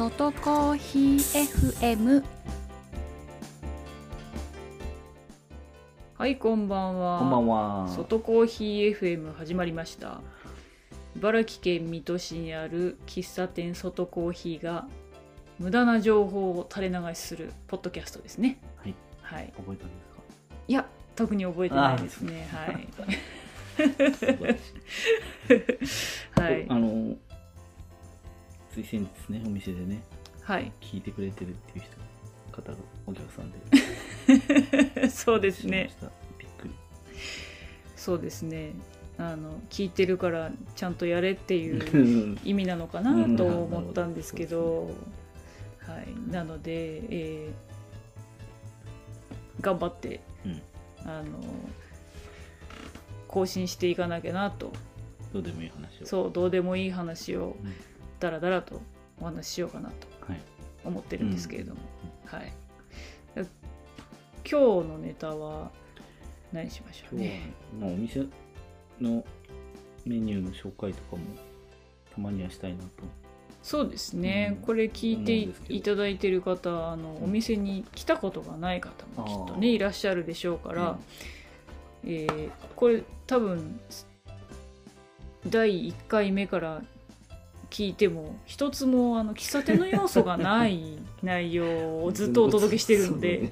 外コーヒー FM。 はい、こんばんは。 こんばんは。 外コーヒー FM 始まりました。茨城県水戸市にある喫茶店外コーヒーが無駄な情報を垂れ流しするポッドキャストですね。 はい。 はい。 覚えたんですか？ いや、特に覚えてないですね。はい。はい。 つい先日ね、お店でね、 はい。 聞いてくれてるっていう方がお客さんで。 そうですね。 びっくり。 そうですね。聞いてるからちゃんとやれっていう意味なのかなと思ったんですけど、はい。なので、頑張って、更新していかなきゃなと。 どうでもいい話を。 そう、どうでもいい話をだらだらとお話ししようかなと思ってるんですけれども、はい。今日のネタは何しましょうね。 今日は、お店のメニューの紹介とかもたまにはしたいなと。 そうですね、これ聞いていただいてる方、お店に来たことがない方もきっとねいらっしゃるでしょうから、これ多分第1回目から聞いても一つも喫茶店の要素がない内容をずっとお届けしてるので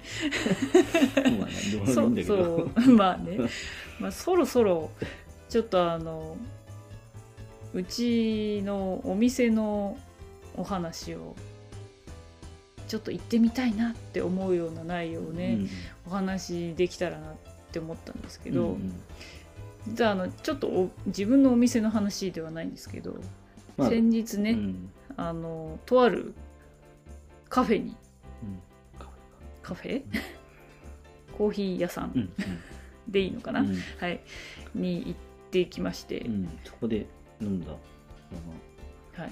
まあね、まあ、そろそろちょっとうちのお店のお話をちょっと言ってみたいなって思うような内容をね、お話できたらなって思ったんですけど、実はちょっと自分のお店の話ではないんですけど、先日ね、とあるカフェに、カフェコーヒー屋さんでいいのかな、はい、に行ってきまして、 そこで飲んだはい、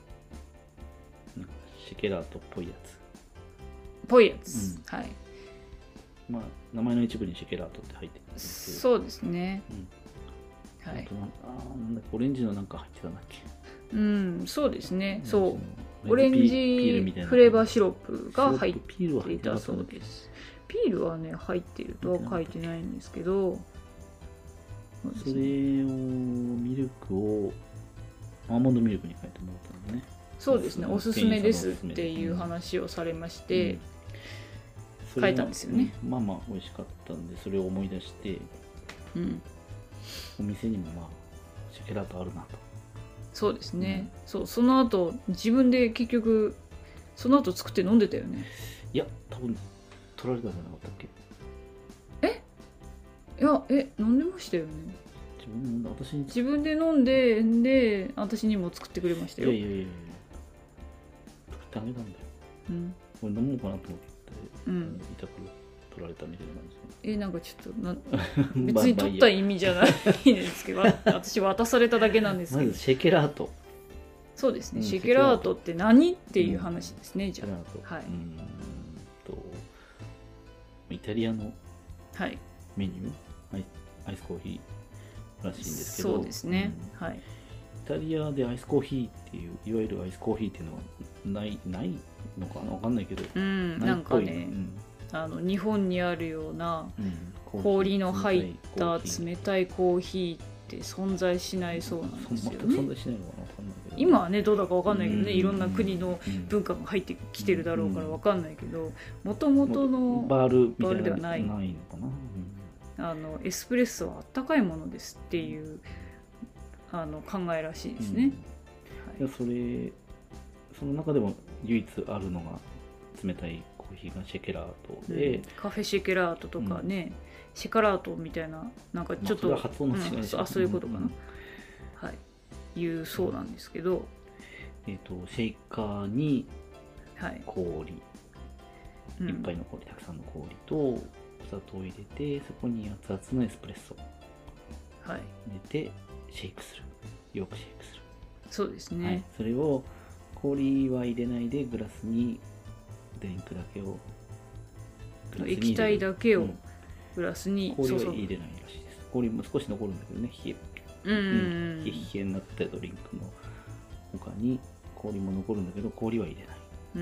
シェケラートっぽいやつ、 はい。 まあ名前の一部にシェケラートって入ってるんですけど、 そうですね、はい。 なんだっけ、オレンジのなんか入ってたんだっけ。 そうですね、そうオレンジフレーバーシロップが入っていたそうです。ピールはね入っているとは書いてないんですけど、 それをミルクをアーモンドミルクに変えてもらったのね。 そうですね、おすすめですっていう話をされまして、変えたんですよね。 まあまあ美味しかったんで、それを思い出して、お店にもまあシェケラートあるなと。 そうですね、その後自分で結局その後作って飲んでたよね。 いや、多分取られたんじゃなかったっけ。 飲んでましたよね。自分で飲んで私にも作ってくれましたよ。 いや作ってあげたんだよ。これ飲もうかなと思って、委託取られたみたいな感じで。 なんかちょっと別に取った意味じゃないんですけど私渡されただけなんですけど。 まずシェケラート。 そうですね、シェケラートって何っていう話ですね。じゃあ、はい、 イタリアのメニュー、アイスコーヒーらしいんですけど、 そうですね、はい。 イタリアでアイスコーヒーっていう、いわゆるアイスコーヒーっていうのはないのかな、わかんないけど、 なんかね、日本にあるような氷の入った冷たいコーヒーって存在しないそうなんですよね。 存在しないのかな、わかんないけど、 今はねどうだかわかんないけどね、いろんな国の文化が入ってきてるだろうからわかんないけど、もともとのバールではないのかな。 エスプレッソはあったかいものですっていう考えらしいですね。 その中でも唯一あるのが冷たいコーヒーがシェケラートで、 カフェシェケラートとかね、シェカラートみたいな、なんかちょっと、 発音の違いでしょ。 そういうことかな、はい、いうそうなんですけど、 シェイカーに氷、いっぱいの氷、たくさんの氷とお砂糖を入れて、そこに熱々のエスプレッソ入れてシェイクする。よくシェイクする。 そうですね、 それを氷は入れないで、グラスにドリンクだけを、 液体だけをグラスに注ぐ。 氷は入れないらしいです。氷も少し残るんだけどね、冷えになったドリンクの他に氷も残るんだけど氷は入れない。 うん。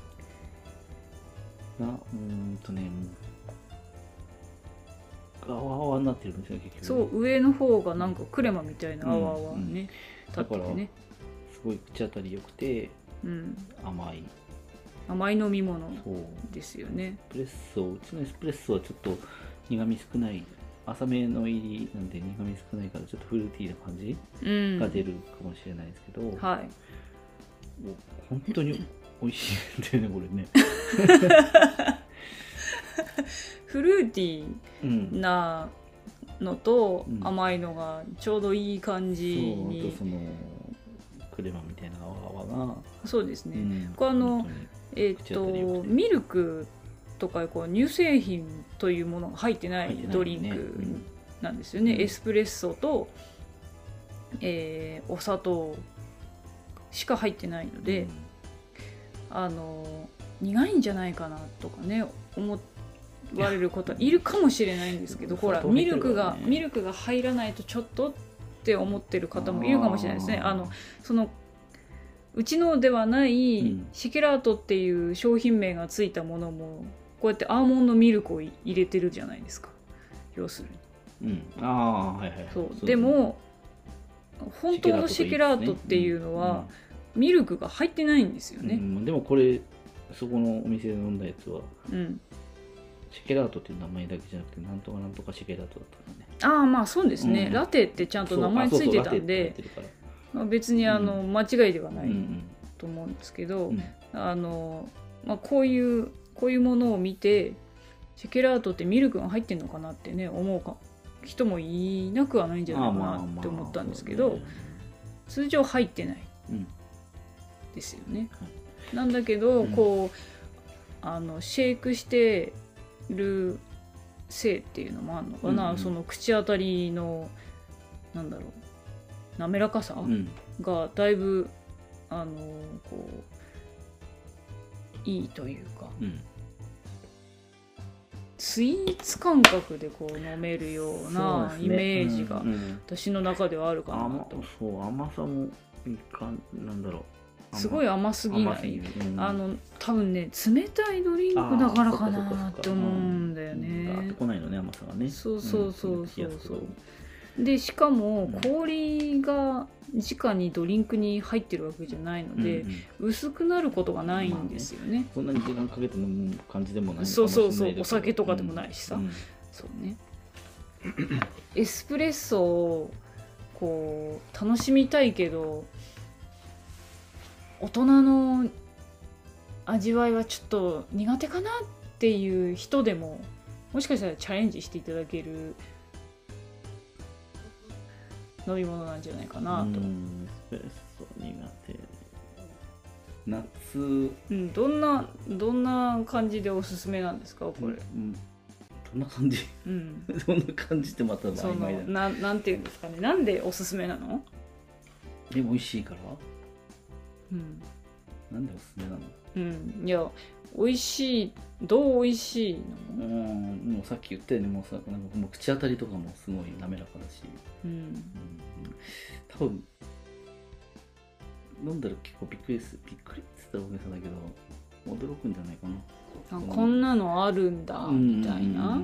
泡々になってるんですよ結局。 そう上の方がなんかクレマみたいな泡々ね、 だからすごい口当たり良くて、甘い飲み物ですよね。 うちのエスプレッソはちょっと苦味少ない、浅めの入りなんで苦味少ないからちょっとフルーティーな感じが出るかもしれないですけど、 はい、 本当に美味しいんだよねこれね。 フルーティーなのと甘いのがちょうどいい感じに、 そのクレマみたいな泡がそうですね、これミルクとかこう乳製品というものが入ってないドリンクなんですよね。エスプレッソと、お砂糖しか入ってないので、苦いんじゃないかなとかね思われることいるかもしれないんですけど、ほらミルクが入らないとちょっとって思ってる方もいるかもしれないですね。うちのではないシケラートっていう商品名がついたものもこうやってアーモンドミルクを入れてるじゃないですか、要するに。そうでも本当のシケラートっていうのはミルクが入ってないんですよね。 でもこれそこのお店で飲んだやつは、シケラートっていう名前だけじゃなくてなんとかなんとかシケラートだったからね。 まあそうですね、ラテってちゃんと名前ついてたんで別に間違いではないと思うんですけど、こういうものを見てシェケラートってミルクが入ってんのかなってね思う人もいなくはないんじゃないかなって思ったんですけど、通常入ってないですよね。なんだけどこうシェイクしてるせいっていうのもあるのかな、その口当たりの滑らかさがだいぶこういいというか、スイーツ感覚でこう飲めるようなイメージが私の中ではあるかなと。 甘さもいいかすごい甘すぎない。多分ね冷たいドリンクだからかなって思うんだよね。 あってこないのね甘さがね。 そうでしかも氷が直にドリンクに入ってるわけじゃないので、薄くなることがないんですよね。 そんなに時間かけて飲む感じでもない。 そうお酒とかでもないしさ、そうね。エスプレッソをこう楽しみたいけど大人の味わいはちょっと苦手かなっていう人でももしかしたらチャレンジしていただける飲み物なんじゃないかなと。 エスプレッソ苦手。夏、 どんな感じでおすすめなんですかこれ。 どんな感じ？どんな感じってまた曖昧だ。 なんていうんですかね。なんでおすすめなの？ でも美味しいから。なんでおすすめなの？ いや美味しい。どう美味しいの？ もうさっき言ったようにもう口当たりとかもすごい滑らかだし、多分飲んだら結構びっくりって言ったら大げさだけど驚くんじゃないかな。 こんなのあるんだみたいな。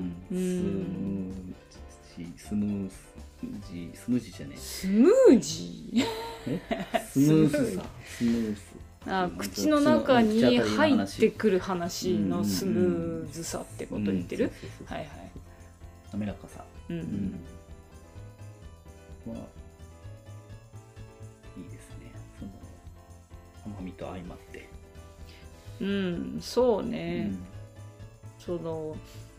スムージーじゃねえ。 スムージー？ スムースさ。スムース。 口の中に入ってくる話のスムーズさってこと言ってる？はいはい。 滑らかさ。いいですね。その甘みと相まって。 そうね。その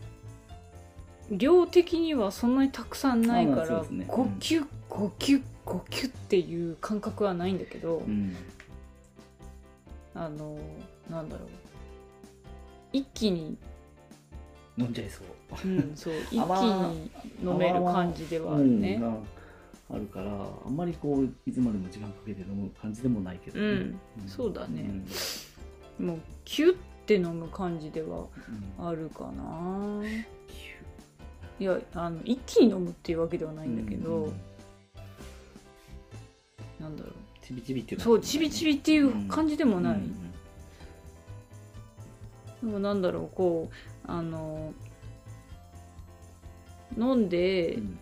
量的にはそんなにたくさんないからゴキュッゴキュッゴキュッっていう感覚はないんだけど、なんだろう、一気に飲んじゃいそう。 そう一気に飲める感じではあるね。 あるからあんまりこういつまでも時間かけて飲む感じでもないけどね。 そうだね。もうキュッて飲む感じではあるかな。いや一気に飲むっていうわけではないんだけど、なんだろう、 チビチビっていうか、 そうチビチビっていう感じでもない、でもなんだろう、こう飲んで、こ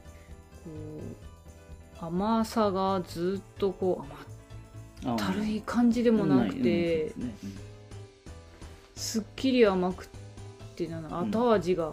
う甘さがずっとこうたるい感じでもなくて、すっきり甘くて後味が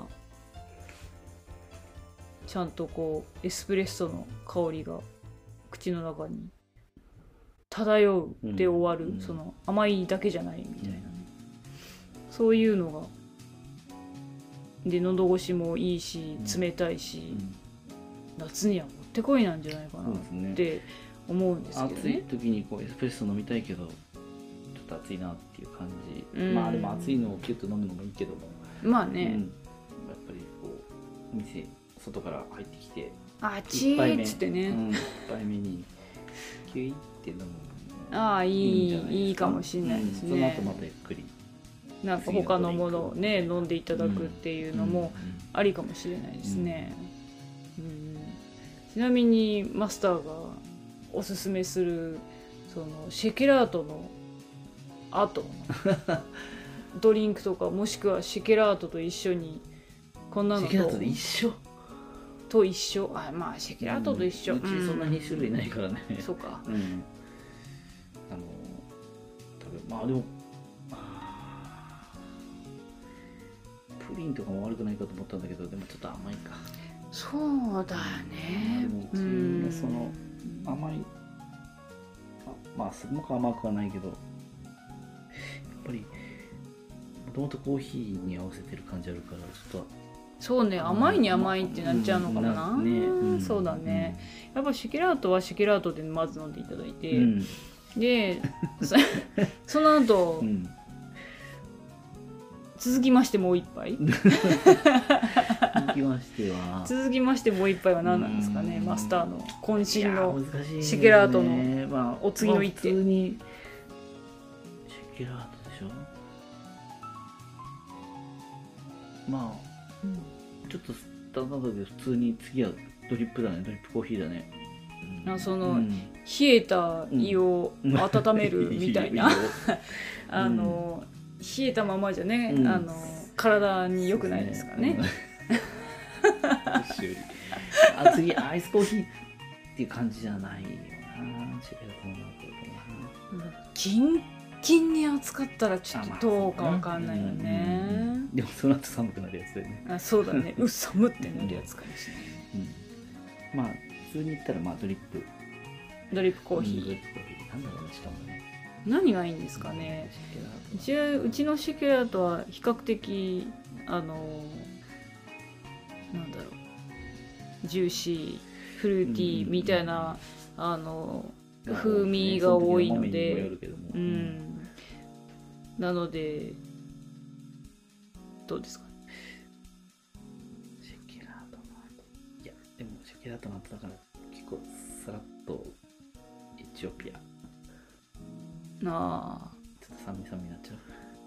ちゃんとこうエスプレッソの香りが口の中に漂うで終わる、その甘いだけじゃないみたいなね、そういうのがで喉越しもいいし冷たいし、夏にはもってこいなんじゃないかなって思うんですけどね。 暑い時にこうエスプレッソ飲みたいけどちょっと暑いなっていう感じ、まあでも暑いのをキュッと飲むのもいいけども、 まあね、 やっぱりこう店外から入ってきてあちーっつってね、 1杯目にキュイって飲む、 いいかもしれないですね。 その後またゆっくりなんか他のものをね飲んでいただくっていうのもありかもしれないですね。ちなみにマスターがおすすめするそのシェケラートの後のドリンクとか、もしくはシェケラートと一緒にこんなのとシェケラートと一緒まあシェケラートと一緒、 うちそんなに種類ないからね。 そうか、 まあでもプリンとかも悪くないかと思ったんだけど、でもちょっと甘いか。 そうだね。 でもうちのその甘い、まあすごく甘くはないけど、やっぱりもともとコーヒーに合わせてる感じあるから、ちょっとそうね、甘いに甘いってなっちゃうのかもな。そうだね。やっぱシェケラートはシェケラートでまず飲んでいただいて、でその後、続きましてもう一杯続きましてもう一杯は何なんですかね、マスターの渾身のシェケラートのお次の一手。 普通にシェケラートでしょ。まあ、ちょっとスタンダードで普通に次はドリップだね、ドリップコーヒーだね。 その冷えた胃を温めるみたいな冷えたままじゃね、体に良くないですからね。 次アイスコーヒーっていう感じじゃないよな。シェケラートのキンキンに暑かったらちょっとどうかわかんないよね。 でもその後寒くなるやつだよね。 そうだね、寒ってなるやつかもしれない。 まあ普通に言ったらまあドリップコーヒー、 なんだろうね、しかもね、 何がいいんですかね。うちのシェケラートは比較的なんだろう、ジューシーフルーティーみたいな、風味が多いので、なのでどうですか。 シェケラートの後、いやでもシェケラートの後だから結構さらっとエチオピア、ちょっと寒いになっち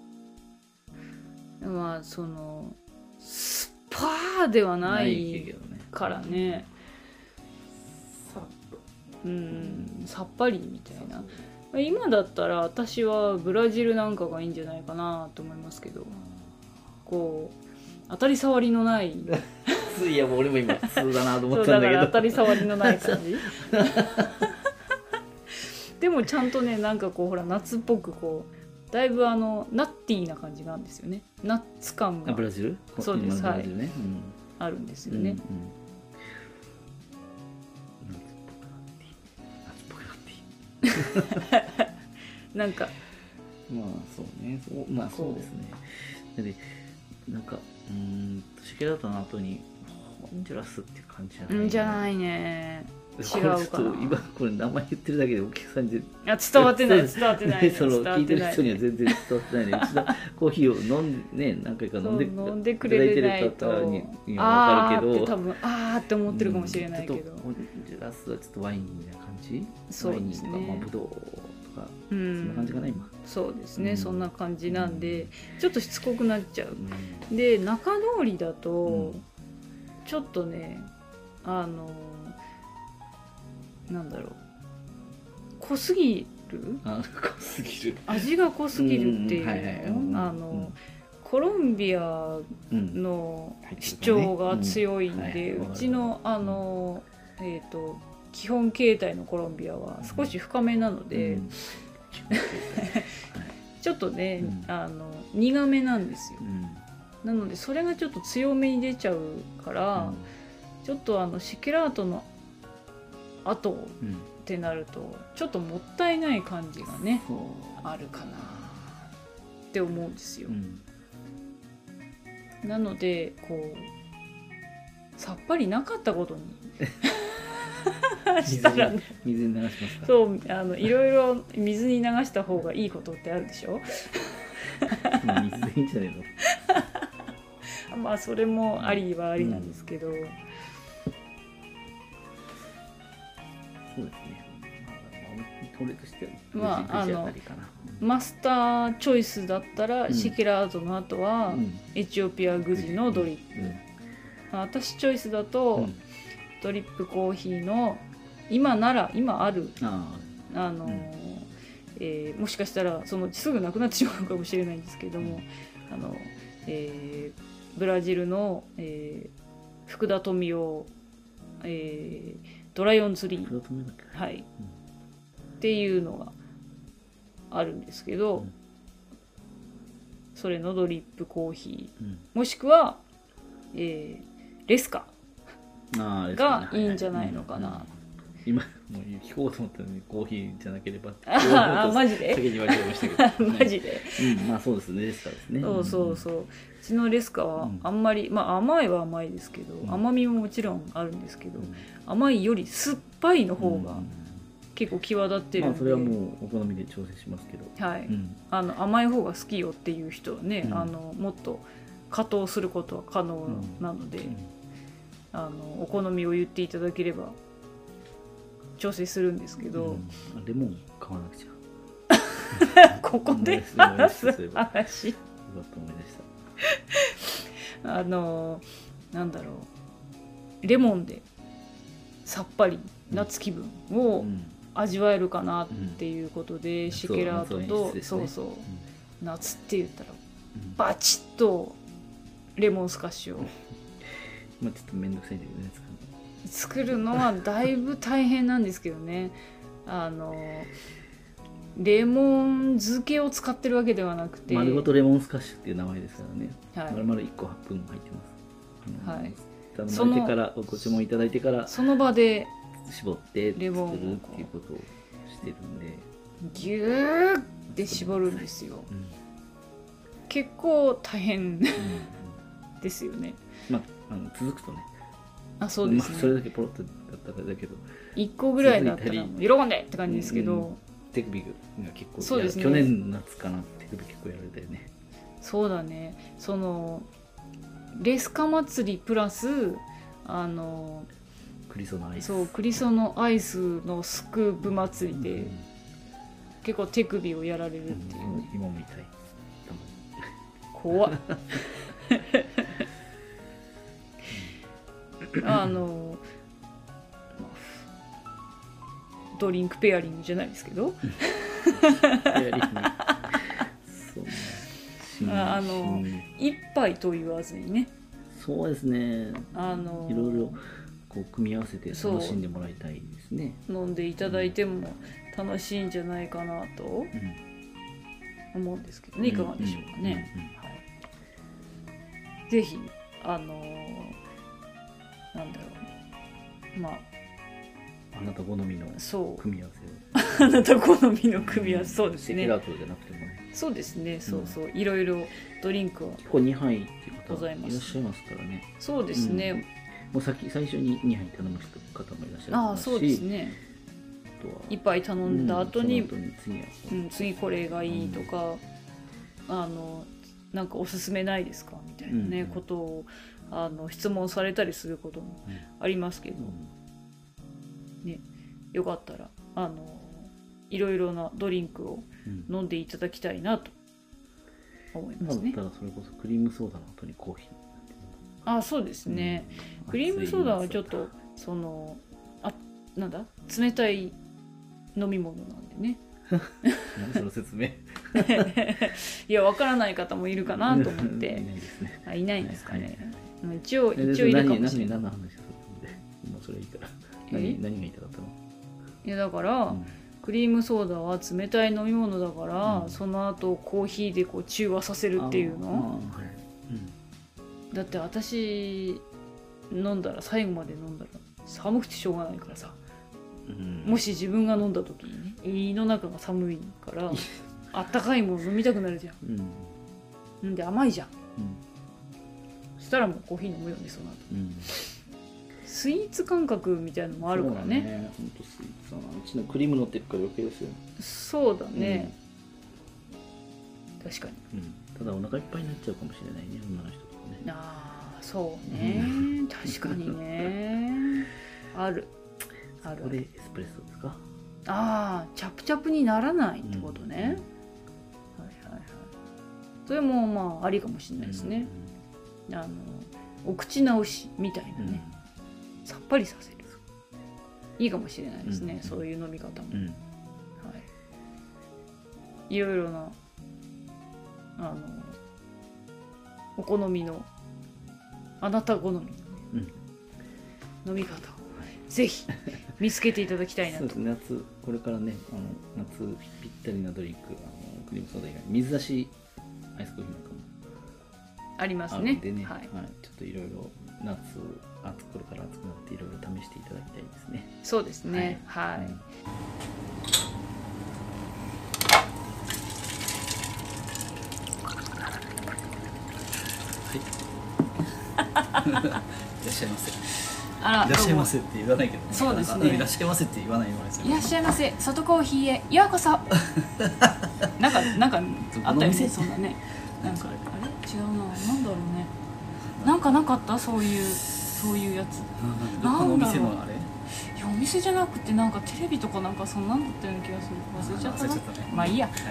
ゃう。 まあそのスパーではないからね、 さっとさっぱりみたいな。今だったら私はブラジルなんかがいいんじゃないかなと思いますけど、こう当たり障りのないいやもう俺も今普通だなと思ったんだけど、 だから当たり障りのない感じでもちゃんとね、なんかこうほら夏っぽくこうだいぶナッティーな感じがあるんですよね。ナッツ感がブラジル、 そうです、はい、あるんですよね。なんかまあそうね、まあそうですね。でなんかシェケラートの後にホンジュラスっていう感じじゃない、 じゃないね。違うかな。 今これ名前言ってるだけでお客さんに伝わってないその聞いてる人には全然伝わってないね。うちのコーヒーを飲んでね、何回か飲んでくれてないと分かるけど、 多分って思ってるかもしれないけど、 ホンジュラスはちょっとワインみたいな感じ。 そうですね。 ワインとかブドウとかそんな感じかな今。 そうですね、そんな感じなんでちょっとしつこくなっちゃう。で中通りだとちょっとね、なんだろう、 濃すぎる、 濃すぎる、 味が濃すぎるっていうコロンビアの主張が強いんで、うちの基本形態のコロンビアは少し深めなので、ちょっとね、苦めなんですよ。なのでそれがちょっと強めに出ちゃうから、ちょっとシェケラートの後ってなるとちょっともったいない感じがね、あるかなって思うんですよ。なのでこうさっぱりなかったことにしたら、ね、 水に流しますか。 そういろいろ水に流した方がいいことってあるでしょ。 水でいいんじゃないの。 まあそれもありはありなんですけど、 そうですね。これとしてはマスターチョイスだったら、シェケラートの後はエチオピアグジのドリップ、私チョイスだと、ドリップコーヒーの今あるもしかしたらそのうちすぐなくなってしまうかもしれないんですけども、ブラジルの、福田富夫、ドライオンツリー、はい、っていうのがあるんですけど、それのドリップコーヒー、もしくは、レスカがいいんじゃないのかな。 今もう聞こうと思ったのにコーヒーじゃなければってマジで先に言われちゃいましたけどマジで、 まあそうですね、レスカですね。 そううちのレスカはあんまり、甘いは甘いですけど、甘みももちろんあるんですけど、甘いより酸っぱいの方が結構際立ってるんで、 それはもうお好みで調整しますけど、 はい、甘い方が好きよっていう人はね、もっと加糖することは可能なので、お好みを言っていただければ調整するんですけど、 レモン買わなくちゃここで話す話なんだろう、レモンでさっぱり夏気分を味わえるかなっていうことで、シェケラートと夏って言ったらバチッとレモンスカッシュをちょっとめんどくさいんだけどね、 作るのはだいぶ大変なんですけどね。レモン漬けを使ってるわけではなくて、 丸ごとレモンスカッシュっていう名前ですからね。丸々1個分入ってます。 はい。 頼まれてからご注文いただいてからその場で絞って作るっていうことをしてるんで、 ギューって絞るんですよ。結構大変ですよね。 続くとね。 そうですね。 それだけポロッとだったらだけど、 1個ぐらいだったら喜んでって感じですけど、 手首が結構、 そうですね、 去年の夏かな、手首結構やられたよね。 そうだね。レスカ祭りプラスクリソのアイス、 そうクリソのアイスのスクープ祭りで、結構手首をやられるっていうね。 今も痛い。 怖っ。ドリンクペアリングじゃないですけど一杯と言わずにね、 そうですね、いろいろこう組み合わせて楽しんでもらいたいですね。 飲んでいただいても楽しいんじゃないかなと思うんですけどね、いかがでしょうかね。ぜひなんだろう、 あなた好みの組み合わせを、あなた好みの組み合わせ、そうですね。 シェケラートじゃなくてもね。 そうですね、いろいろドリンクは結構2杯っていう方いらっしゃいますからね。 そうですね。 もう最初に2杯頼む方もいらっしゃいますし、 そうですね。1杯頼んだ後に、次これがいいとか、なんかおすすめないですかみたいなね、ことを質問されたりすることもありますけど、ね、よかったらいろいろなドリンクを飲んでいただきたいなと思いますね。 だったらそれこそクリームソーダの後にコーヒー。そうですね。クリームソーダはちょっと冷たい飲み物なんでね。 何その説明。 いや、わからない方もいるかなと思って。いないですね。あ、いないんですかね。一応いるかもしれない。 何の話するんで、もうそれいいから。何が言いたかったの？ いや、だから、クリームソーダは冷たい飲み物だから、その後コーヒーでこう中和させるっていうの。だって私飲んだら、最後まで飲んだら寒くてしょうがないからさ。もし自分が飲んだ時にね、胃の中が寒いからあったかいもの飲みたくなるじゃん。で甘いじゃん。そしたらもうコーヒー飲むよね、その後。スイーツ感覚みたいなのもあるからね。 ほんとスイーツだな。うちのクリーム乗ってるから余計ですよ。 そうだね。確かに。 ただお腹いっぱいになっちゃうかもしれないね、女の人とかね。 ああ、そうね。確かにね。ある。 そこでエスプレッソですか？ ああ、チャプチャプにならないってことね。はいはいはい。それもまあありかもしれないですね。お口直しみたいなね。さっぱりさせる。いいかもしれないですね。そういう飲み方も。はい。いろいろなお好みの、あなた好みのね、飲み方をぜひ見つけていただきたいなと。 そうです。夏、これからね、夏ぴったりなドリンク、クリームソーダ以外に水出しアイスコーヒーなんかもありますね。 でね、はい、ちょっといろいろ夏、これから暑くなっていろいろ試していただきたいですね。 そうですね。はい。 いらっしゃいませ。いらっしゃいませって言わないけど、 そうですね。 いらっしゃいませって言わないのですよ。 いらっしゃいませ、外コーヒーへようこそ。なんかあったよね、そんなね。なんかあれ違うな、なんだろうね。なんかなかった、そういうやつ。 どこのお店のあれ？ いや、お店じゃなくてなんかテレビとかなんかそんなんだったような気がする。忘れちゃったな。まあいいや。はい。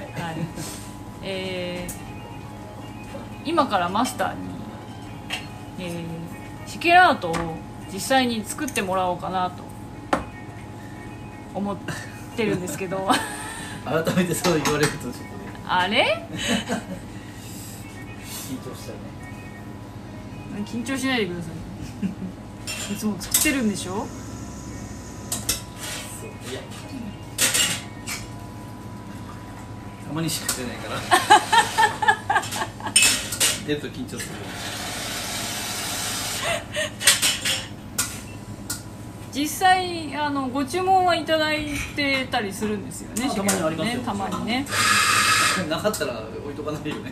今からマスターにシケラートを実際に作ってもらおうかなと思ってるんですけど。 改めてそう言われるとちょっとね。 あれ？ 緊張しちゃうね。 緊張しないでください。いつも作ってるんでしょ？ そう、いや、たまにしか出ないから出ると緊張する。 実際ご注文はいただいてたりするんですよね。 たまにありますよ。 たまにね。 なかったら置いとかないよね。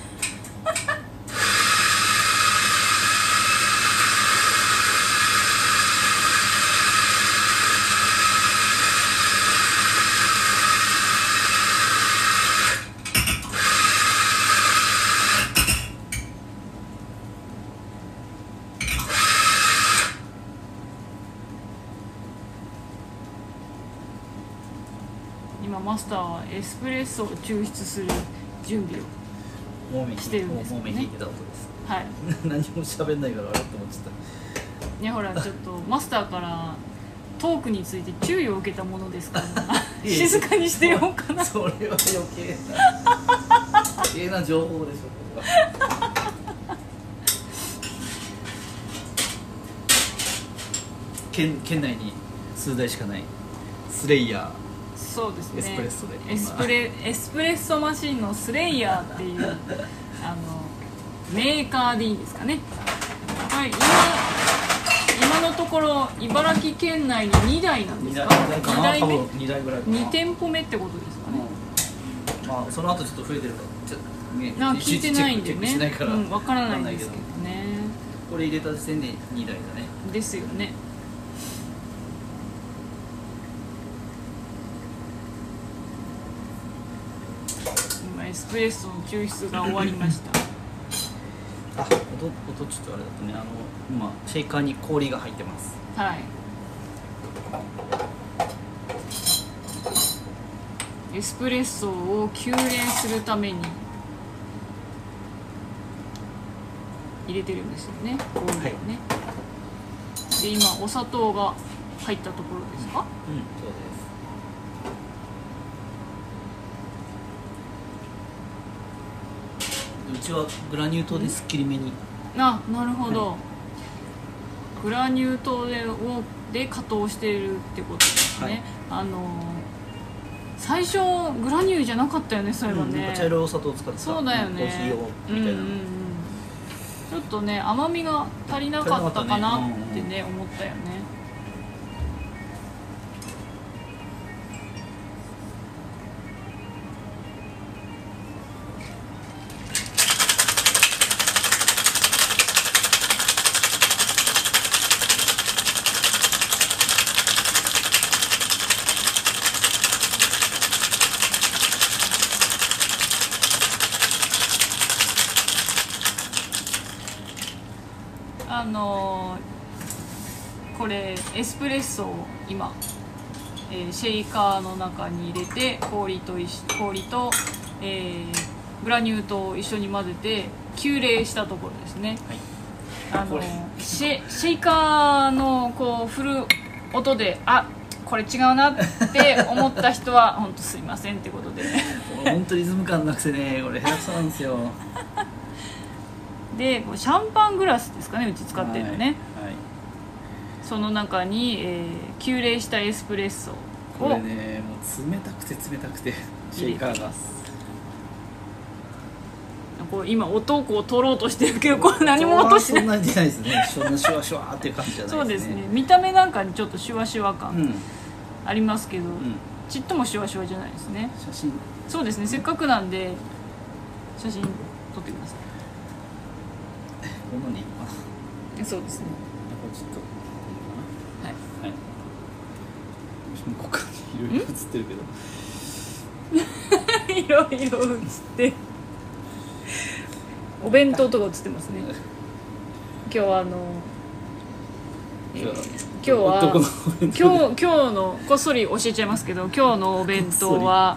今マスターはエスプレッソを抽出する準備をしてるんですよね。 もう引いてた音です。 はい。 何も喋んないからあれって思ってた。 いやほらちょっとマスターからトークについて注意を受けたものですから静かにしてようかな。 それは余計な情報でしょ。これは県内に数台しかないスレイヤー。 そうですね。 エスプレッソでエスプレッソマシンのスレイヤーっていうメーカーでいいんですかね。はい、今のところ茨城県内に2台なんですか。2台目、 2台ぐらいかな。 2店舗目ってことですかね。 まあその後ちょっと増えてるからちょっとね、 聞いてないんでね、 分からないんですけどね。 これ入れた時点で2台だね。 ですよね。今エスプレッソの抽出が終わりました。 あ、音ちょっとあれだとね、今シェイカーに氷が入ってます。 はい。エスプレッソを吸冷するために入れてるんですよね、氷をね。はい、で今お砂糖が入ったところですか？ うん、そうです。 うちはグラニュー糖ですっきりめに。 あ、なるほど、はい、グラニュー糖で加糖しているってことですね、はい、最初グラニューじゃなかったよね、そういえばね、 茶色いお砂糖を使ってた。 そうだよね、 コーヒー用みたいな、 ちょっとね甘みが足りなかったかなってね、思ったよね。これエスプレッソを今、シェイカーの中に入れて氷と、グラニュー糖を一緒に混ぜて急冷したところですね、はい、シェイカーのこう振る音でこれ違うなって思った人は本当すいませんってことで本当リズム感なくてね、これ下手くそなんですよでシャンパングラスですかね、うち使ってるのね、はい、その中に、急冷したエスプレッソをこれね、もう冷たくてシェイカーがこう今音をこう取ろうとしてるけど、これ何も音しない。 そんなに出ないですね。そんなシュワシュワっていう感じじゃないですね。 そうですね、見た目なんかにちょっとシュワシュワ感ありますけど、ちっともシュワシュワじゃないですね。 写真、 そうですね、せっかくなんで写真撮ってください。 こんなにいいかな。 そうですね、 ちょっとはいはい、 ここにいろいろ映ってるけどいろいろ映ってお弁当とか映ってますね。今日は今日のこっそり教えちゃいますけど、今日のお弁当は、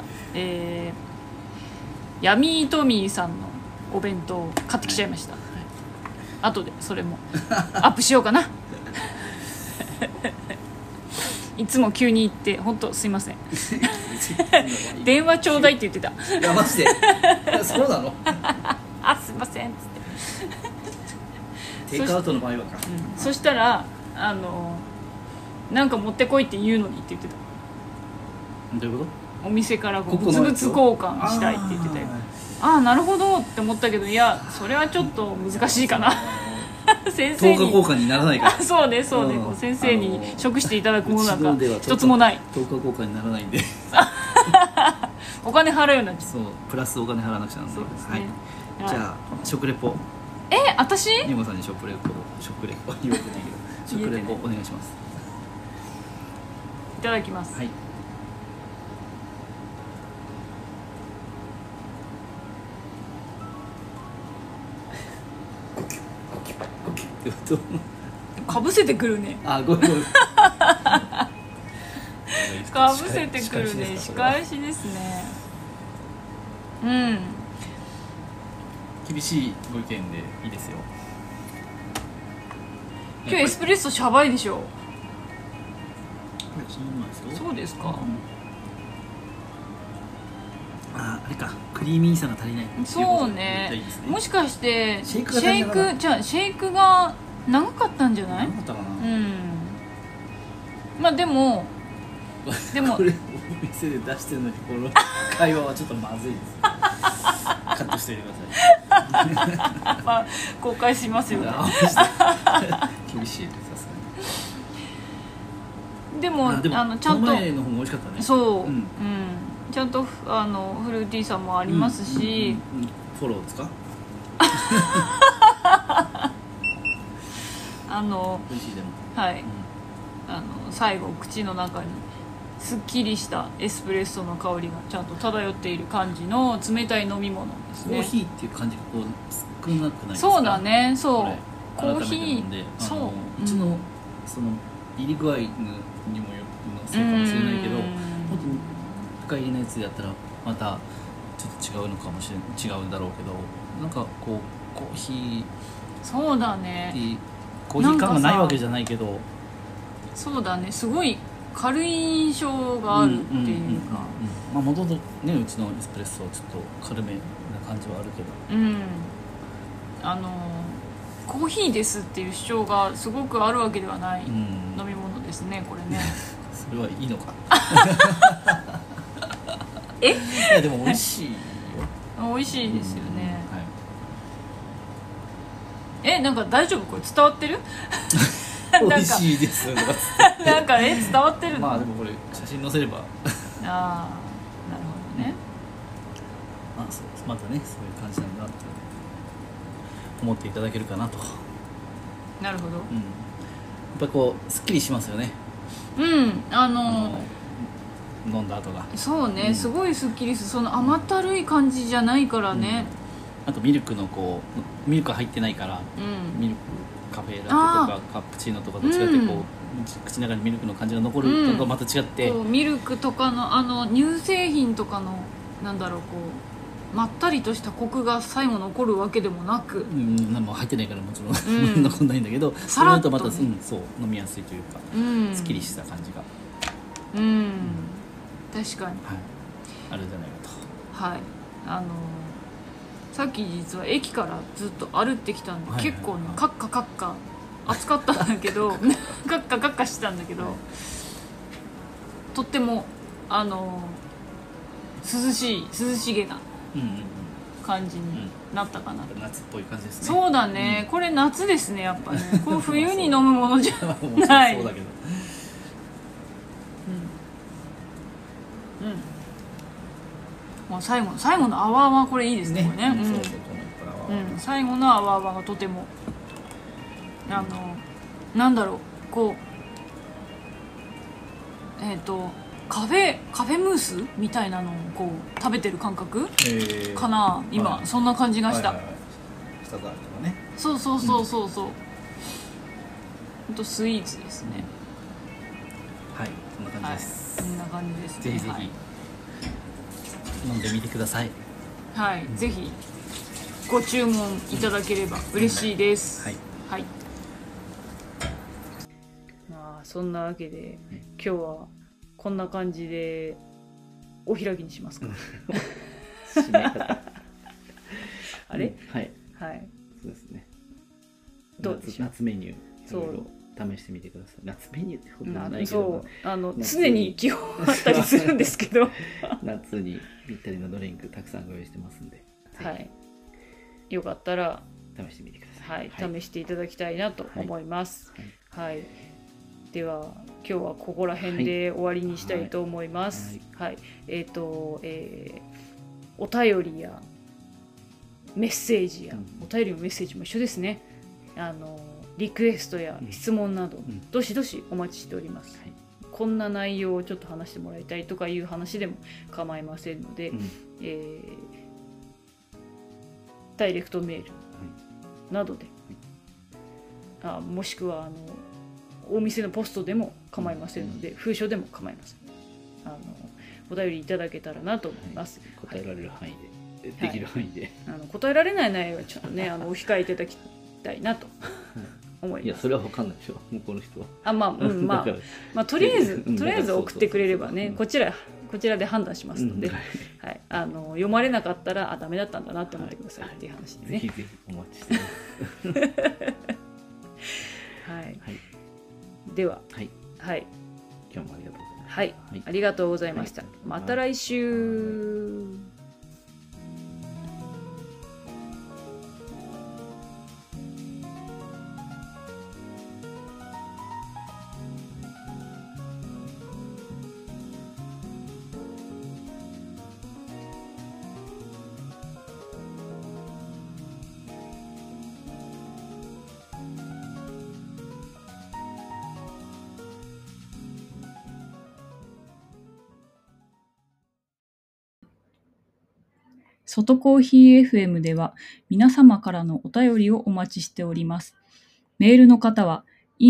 ヤミートミーさんのお弁当を買ってきちゃいました、はい、後でそれもアップしようかないつも急に言って本当すいません電話ちょうだいって言ってた。 いやマジでそうなのすいませんっつってテイクアウトの場合はか、 そしたらなんか持ってこいって言うのにって言ってた。 どういうこと？ お店から物々交換したいって言ってたよ。なるほどって思ったけど、いやそれはちょっと難しいかな先生に 10日交換にならないからそうね、先生に食していただくものなんか一つもない。 10日交換にならないんでお金払うようになっちゃう。 そう、プラスお金払わなくちゃなんで。そうですね、はい、じゃあ食レポ、 私ニモさんに食レポ言われてないけど食レポお願いします。 いただきます。はい。かぶせてくるね。 ごめんかぶせてくるね。仕返しですね。 厳しいご意見でいいですよ。 今日エスプレッソシャバいでしょ。 そうですか。 あれか、クリーミーさが足りない。 そうね。もしかしてシェイクが長かったんじゃない？ 長かったかな。 まあでもこれお店で出してるのにこの会話はちょっとまずいです。カットしておいてください。 まあ公開しますよね。 厳しいです。さすがに。 でもちゃんと前の方が美味しかったね。 そう、ちゃんとフルーティーさもありますし、 フォローですか？美味しいでも。 はい。最後口の中にすっきりしたエスプレッソの香りがちゃんと漂っている感じの冷たい飲み物ですね。 コーヒーっていう感じがこう少なくないですか？ そうだね、そう。コーヒー、 そう。うちのその入り具合にもよるせいかもしれないけど、もっと深入りのやつやったらまたちょっと違うのかもしれない、違うんだろうけど、なんかこうコーヒー、 そうだね。 コーヒー感がないわけじゃないけど、 そうだね、すごい軽い印象があるっていうか、 まあもともとねうちのエスプレッソはちょっと軽めな感じはあるけど、 コーヒーですっていう主張がすごくあるわけではない飲み物ですね、これね。 それはいいのかいやでも美味しいよ。 美味しいですよね、なんか大丈夫、これ伝わってる美味しいですなんか伝わってるの。 まあでもこれ写真載せればああ、なるほどね。 そうまたねそういう感じなんだって思っていただけるかなと。 なるほど、 やっぱこうすっきりしますよね。飲んだ後がそうね、すごいすっきりする。その甘ったるい感じじゃないからね、 あとミルクのミルク入ってないから、ミルクカフェラテとかカプチーノとかと違って口の中にミルクの感じが残るのとまた違って、 ミルクとかの乳製品とかのなんだろう、まったりとしたコクが最後残るわけでもなく、 何も入ってないからもちろん、残んないんだけど、 さらっと、 それだとまた、そう飲みやすいというか、すっきりした感じが、 確かに、 あるんじゃないかと。はい、さっき実は駅からずっと歩ってきたんで、結構ねカッカカッカ暑かったんだけどカッカカッカしてたんだけど、とっても涼しげな感じになったかな、 夏っぽい感じですね。 そうだね、これ夏ですね、やっぱねこう冬に飲むものじゃない。 そうだけど、 もう最後の泡々これいいですね、これね。最後の泡々がとてもなんだろう、カフェムースみたいなのを食べてる感覚かな、今、そんな感じがした。 舌触りとかね。 そうほんとスイーツですね。 はい、そんな感じです。 そんな感じですね。 ぜひぜひ飲んでみてください。 はい、ぜひご注文いただければ嬉しいです。はい。まあそんなわけで今日はこんな感じでお開きにしますか。あれ？ はい。そうですね。 どうでしょう。 夏メニューいろいろ試してみてください。夏メニューってほどじゃないけど、 常に気温あったりするんですけど夏にぴったりのドリンクたくさんご用意してますんで、 はい、よかったら試してみてください。 試していただきたいなと思います。はい。では今日はここら辺で終わりにしたいと思います。はい。お便りやメッセージや、お便りもメッセージも一緒ですね。リクエストや質問など、どしどしお待ちしております。こんな内容をちょっと話してもらいたいとかいう話でも構いませんので、ダイレクトメールなどで、もしくはお店のポストでも構いませんので、封書でも構いません。お便りいただけたらなと思います。 答えられる範囲で、できる範囲で。 答えられない内容はちょっとね、お控えいただきたいなと思います。 いや、それは分かんないでしょ、向こうの人は。 とりあえず送ってくれればね、こちらで判断しますので、読まれなかったらダメだったんだなって思ってくださいっていう話ですね。 ぜひぜひお待ちしてます。 はい。では、 今日もありがとうございます。 はい、ありがとうございました。また来週。外コーヒー FM では皆様からのお便りをお待ちしております。メールの方は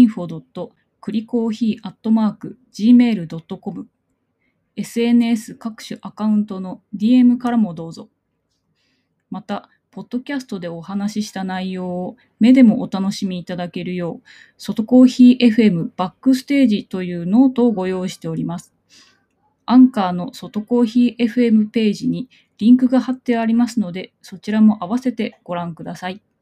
info.kuricoffee@gmail.com、 SNS 各種アカウントの DM からもどうぞ。また、 ポッドキャストでお話しした内容を目でもお楽しみいただけるよう、外コーヒー FM バックステージというノートをご用意しております。アンカーの外コーヒー FM ページにリンクが貼ってありますので、そちらも合わせてご覧ください。